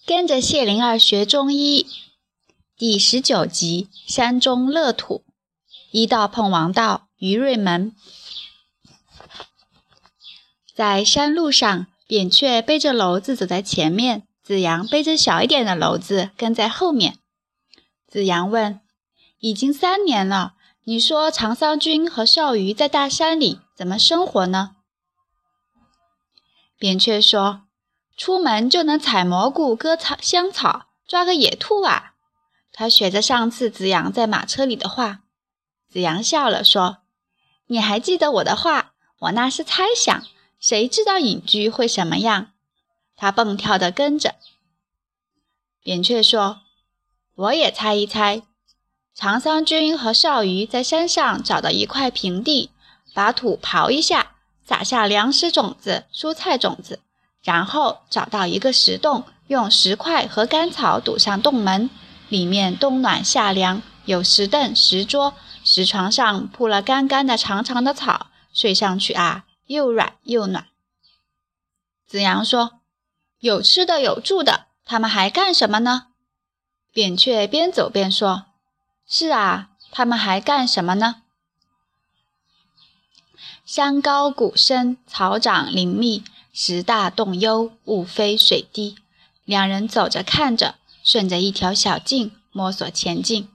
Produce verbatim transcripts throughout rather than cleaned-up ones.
跟着谢灵儿学中医第十九集，山中乐土。一道碰王道，于瑞门。在山路上，扁鹊背着篓子走在前面，子阳背着小一点的篓子跟在后面。子阳问：已经三年了，你说长桑君和少瑜在大山里怎么生活呢？扁鹊说：出门就能采蘑菇、割草香草，抓个野兔啊。他学着上次子阳在马车里的话。子阳笑了说：你还记得我的话？我那是猜想，谁知道隐居会什么样？他蹦跳地跟着。扁鹊说：我也猜一猜。长桑君和少瑜在山上找到一块平地，把土刨一下，撒下粮食种子、蔬菜种子，然后找到一个石洞，用石块和干草堵上洞门，里面冬暖夏凉，有石凳、石桌，石床上铺了干干的长长的草，睡上去啊，又软又暖。子阳说：有吃的有住的，他们还干什么呢？扁鹊边走边说：是啊，他们还干什么呢？山高谷深，草长林密，石大洞幽，雾飞水低。两人走着看着，顺着一条小径摸索前进。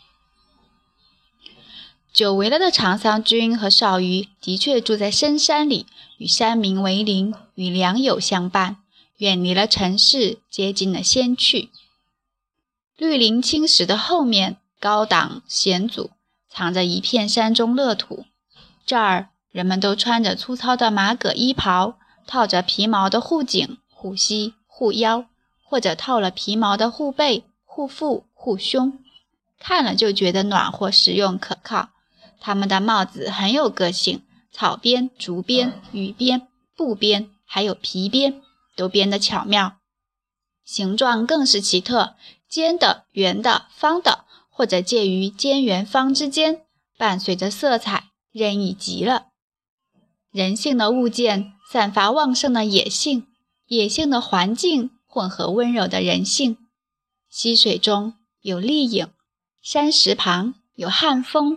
久违了的长桑君和少瑜的确住在深山里，与山民为邻，与良友相伴，远离了城市，接近了仙趣。绿林青石的后面，高档险阻，藏着一片山中乐土。这儿人们都穿着粗糙的马革衣袍，套着皮毛的护颈、护膝、护腰，或者套了皮毛的护背、护腹、护胸，看了就觉得暖和实用可靠。他们的帽子很有个性，草编、竹编、羽编、布编，还有皮编，都编得巧妙。形状更是奇特，尖的、圆的、方的，或者介于尖圆方之间，伴随着色彩，任意极了。人性的物件散发旺盛的野性，野性的环境混合温柔的人性。溪水中有丽影，山石旁有汉风。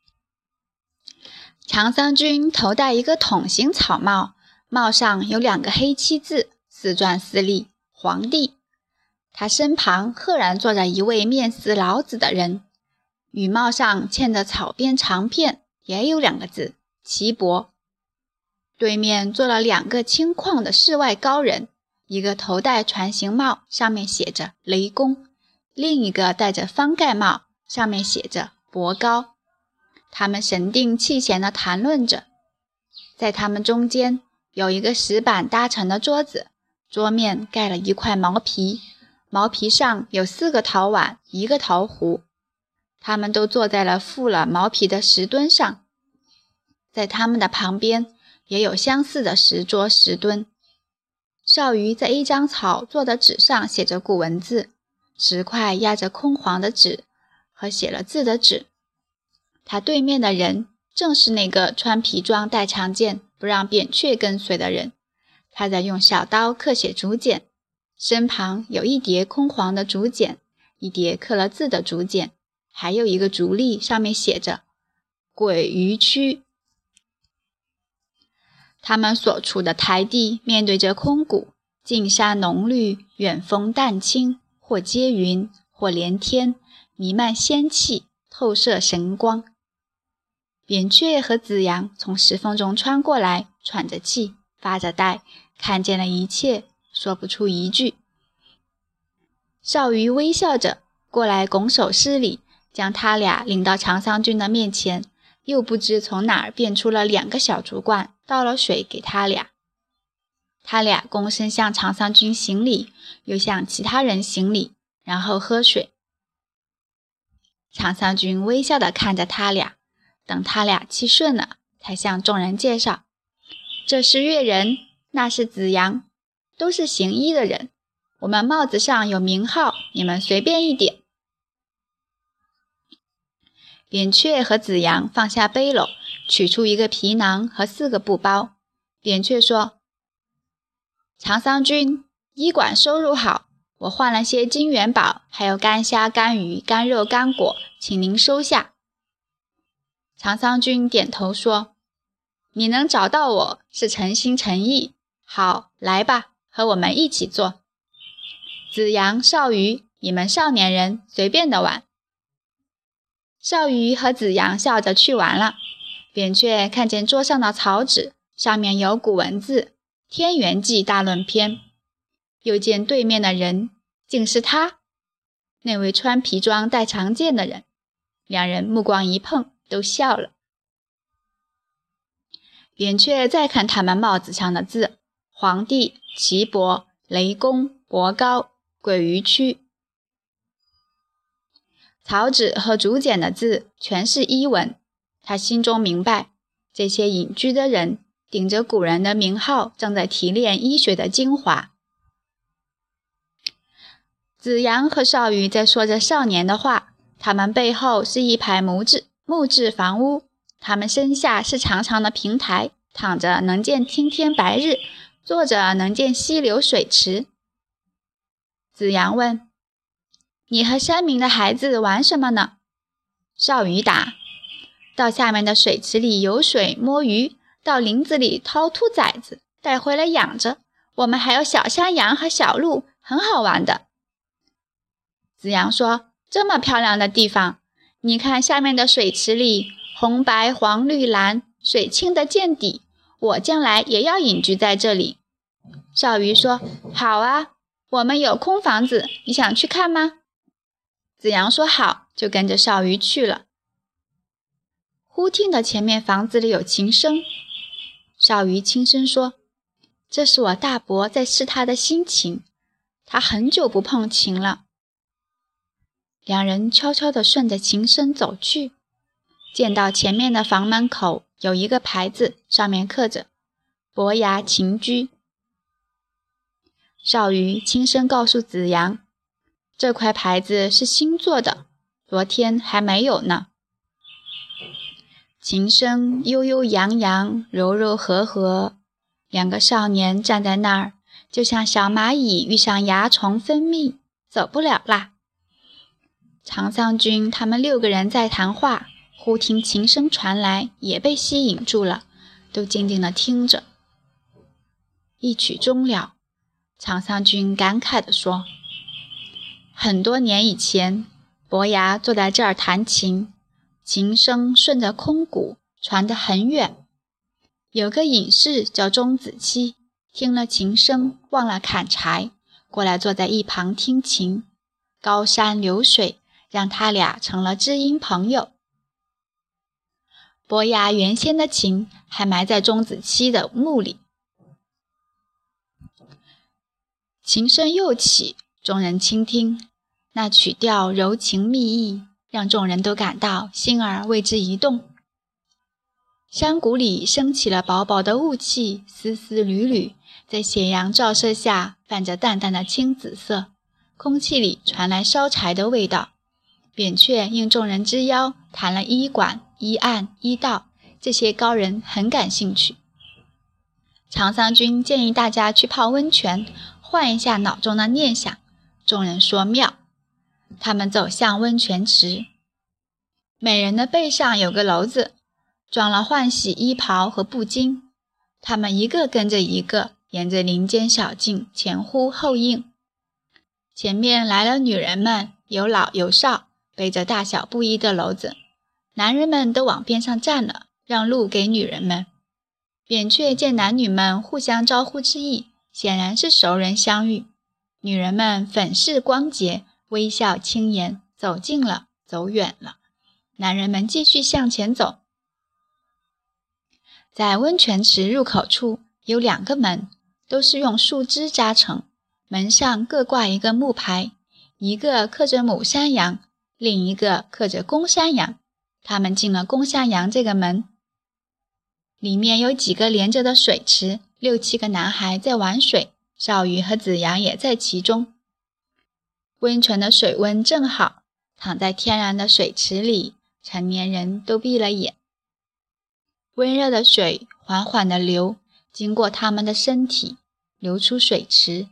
长桑君头戴一个筒形草帽，帽上有两个黑漆字，似篆似隶，皇帝。他身旁赫然坐着一位面似老子的人，羽帽上嵌着草编长片，也有两个字，岐伯。对面坐了两个轻旷的世外高人，一个头戴船形帽，上面写着雷公，另一个戴着方盖帽，上面写着伯高。他们神定气闲地谈论着。在他们中间有一个石板搭成的桌子，桌面盖了一块毛皮，毛皮上有四个陶碗，一个陶壶。他们都坐在了覆了毛皮的石墩上，在他们的旁边也有相似的石桌石墩。少瑜在一张草做的纸上写着古文字，石块压着空黄的纸和写了字的纸。他对面的人正是那个穿皮装带长剑不让扁鹊跟随的人，他在用小刀刻写竹简，身旁有一叠空黄的竹简，一叠刻了字的竹简，还有一个竹笠，上面写着鬼鱼区。他们所处的台地面对着空谷，近山浓绿，远峰淡青，或接云，或连天，弥漫仙气，透射神光。扁鹊和子阳从石缝中穿过来，喘着气，发着呆，看见了一切，说不出一句。少瑜微笑着过来拱手施礼，将他俩领到长桑君的面前，又不知从哪儿变出了两个小竹罐，倒了水给他俩。他俩躬身向长桑君行礼，又向其他人行礼，然后喝水。长桑君微笑地看着他俩，等他俩气顺了，才向众人介绍：这是越人，那是子阳，都是行医的人。我们帽子上有名号，你们随便一点。扁鹊和子阳放下背篓，取出一个皮囊和四个布包。扁鹊说：长桑君，医馆收入好， 我换了些金元宝，还有干虾、干鱼、干肉、干果，请您收下。”长桑君点头说：“你能找到我是诚心诚意，好，来吧，和我们一起做。子阳、少鱼，你们少年人随便的玩。”少鱼和子阳笑着去玩了。扁鹊看见桌上的草纸，上面有古文字《天元纪大论篇》，又见对面的人竟是他，那位穿皮装戴长剑的人。两人目光一碰，都笑了。扁鹊再看他们帽子上的字：皇帝、岐伯、雷公、伯高、鬼鱼区。草纸和竹简的字全是伊文，他心中明白，这些隐居的人顶着古人的名号，正在提炼医学的精华。子阳和少羽在说着少年的话，他们背后是一排木质木质房屋，他们身下是长长的平台，躺着能见青天白日，坐着能见溪流水池。子阳问：“你和山民的孩子玩什么呢？”少羽答：“到下面的水池里游水摸鱼，到林子里掏兔崽子，带回来养着。我们还有小山羊和小鹿，很好玩的。”子阳说：“这么漂亮的地方，你看下面的水池里红白黄绿蓝，水清的见底，我将来也要隐居在这里。”少羽说：“好啊，我们有空房子，你想去看吗？”子阳说好，就跟着少羽去了。忽听得前面房子里有琴声，少羽轻声说：“这是我大伯在试他的心情，他很久不碰琴了。”两人悄悄地顺着琴声走去，见到前面的房门口有一个牌子，上面刻着伯牙琴居。少羽轻声告诉子阳，这块牌子是新做的，昨天还没有呢。琴声悠悠扬扬，柔柔和和，两个少年站在那儿，就像小蚂蚁遇上蚜虫分泌，走不了啦。长桑君他们六个人在谈话，忽听琴声传来，也被吸引住了，都静静地听着。一曲终了，长桑君感慨地说：“很多年以前，伯牙坐在这儿弹琴，琴声顺着空谷传得很远。有个隐士叫钟子期，听了琴声，忘了砍柴，过来坐在一旁听琴。高山流水，让他俩成了知音朋友。伯牙原先的琴还埋在钟子期的墓里。琴声又起，众人倾听，那曲调柔情蜜意，让众人都感到心儿为之一动。山谷里升起了薄薄的雾气，丝丝缕缕，在斜阳照射下泛着淡淡的青紫色，空气里传来烧柴的味道。扁鹊应众人之邀，谈了医馆、医案、医道，这些高人很感兴趣。长桑君建议大家去泡温泉，换一下脑中的念想，众人说妙。他们走向温泉池，每人的背上有个篓子，装了换洗衣袍和布巾，他们一个跟着一个，沿着林间小径前呼后应。前面来了女人们，有老有少，背着大小不一的篓子，男人们都往边上站了，让路给女人们。扁鹊见男女们互相招呼之意，显然是熟人相遇。女人们粉饰光洁，微笑轻颜，走近了，走远了。男人们继续向前走。在温泉池入口处有两个门，都是用树枝扎成，门上各挂一个木牌，一个刻着母山羊，另一个刻着公山羊。他们进了公山羊这个门，里面有几个连着的水池，六七个男孩在玩水，少羽和子阳也在其中。温泉的水温正好，躺在天然的水池里，成年人都闭了眼。温热的水缓缓地流，经过他们的身体，流出水池，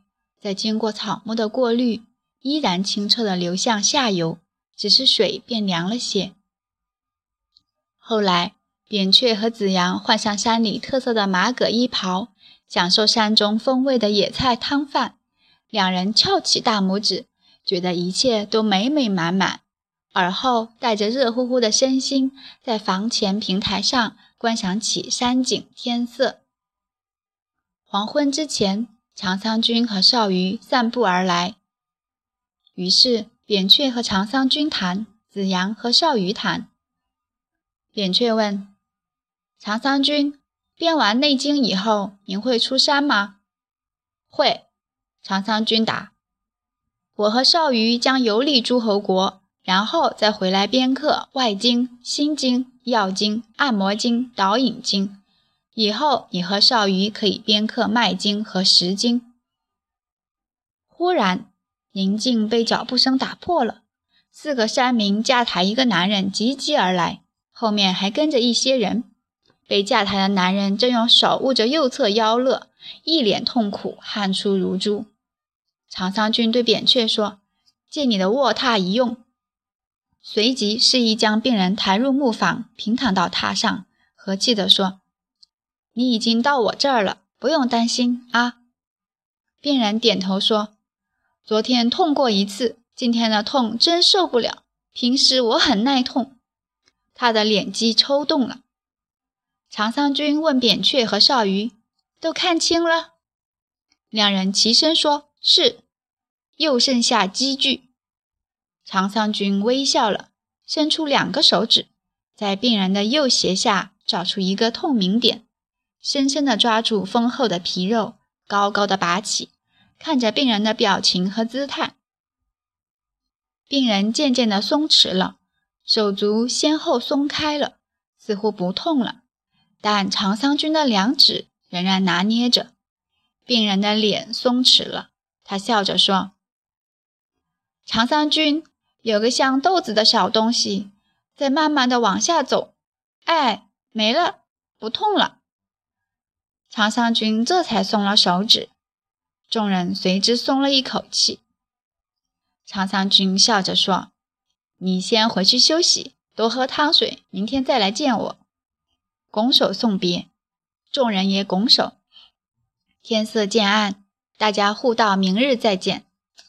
在经过草木的过滤，依然清澈地流向下游，只是水变凉了些。后来，扁鹊和子阳换上山里特色的马革衣袍，享受山中风味的野菜汤饭。两人翘起大拇指，觉得一切都美美满满。而后带着热乎乎的身心，在房前平台上观赏起山景天色。黄昏之前，常桑君和少瑜散步而来，于是扁鹊和常桑君谈，子阳和少瑜谈。扁鹊问常桑君，编完内经以后，您会出山吗？会，常桑君答。我和少瑜将游历诸侯国，然后再回来编课外经、心经、药经、按摩经、导引经。以后你和少瑜可以编课脉经和时经。忽然，宁静被脚步声打破了。四个山民架抬一个男人急急而来，后面还跟着一些人。被架抬的男人正用手捂着右侧腰肋，一脸痛苦，汗出如注。常桑君对扁鹊说：“借你的卧榻一用。”随即示意将病人抬入木房，平躺到榻上，和气地说：“你已经到我这儿了，不用担心啊。”病人点头说：“昨天痛过一次，今天的痛真受不了，平时我很耐痛。”他的脸肌抽动了。常桑君问扁鹊和少瑜：“都看清了？”两人齐声说：“是。”又剩下积聚。常桑君微笑了，伸出两个手指，在病人的右胁下找出一个痛明点，深深地抓住丰厚的皮肉，高高的拔起，看着病人的表情和姿态。病人渐渐地松弛了，手足先后松开了，似乎不痛了，但常桑君的两指仍然拿捏着。病人的脸松弛了，他笑着说：“常桑君，有个像豆子的小东西，在慢慢地往下走。哎，没了，不痛了。”常桑君这才松了手指，众人随之松了一口气。常桑君笑着说：“你先回去休息，多喝汤水，明天再来见我。”拱手送别，众人也拱手。天色渐暗，大家互道明日再见。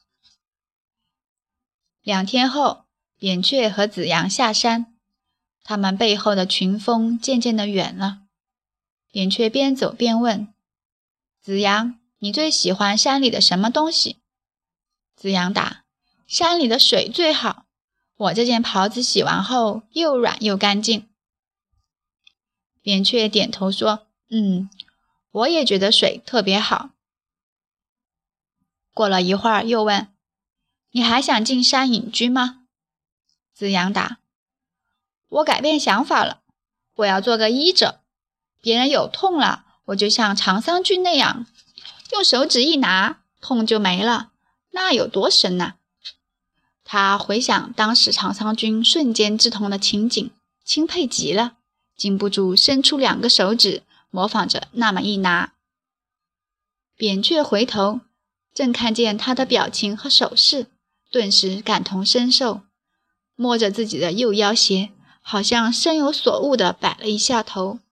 两天后，扁鹊和子阳下山，他们背后的群峰渐渐地远了。扁鹊边走边问：“子阳，你最喜欢山里的什么东西？”子阳答：“山里的水最好，我这件袍子洗完后又软又干净。”扁鹊点头说：“嗯，我也觉得水特别好。”过了一会儿又问：“你还想进山隐居吗？”子阳答：“我改变想法了，我要做个医者。别人有痛了，我就像常桑君那样，用手指一拿，痛就没了，那有多神呢？”他回想当时常桑君瞬间之痛的情景，钦佩极了，禁不住伸出两个手指，模仿着那么一拿。扁鹊回头，正看见他的表情和手势，顿时感同身受，摸着自己的右腰胁，好像深有所悟地摆了一下头。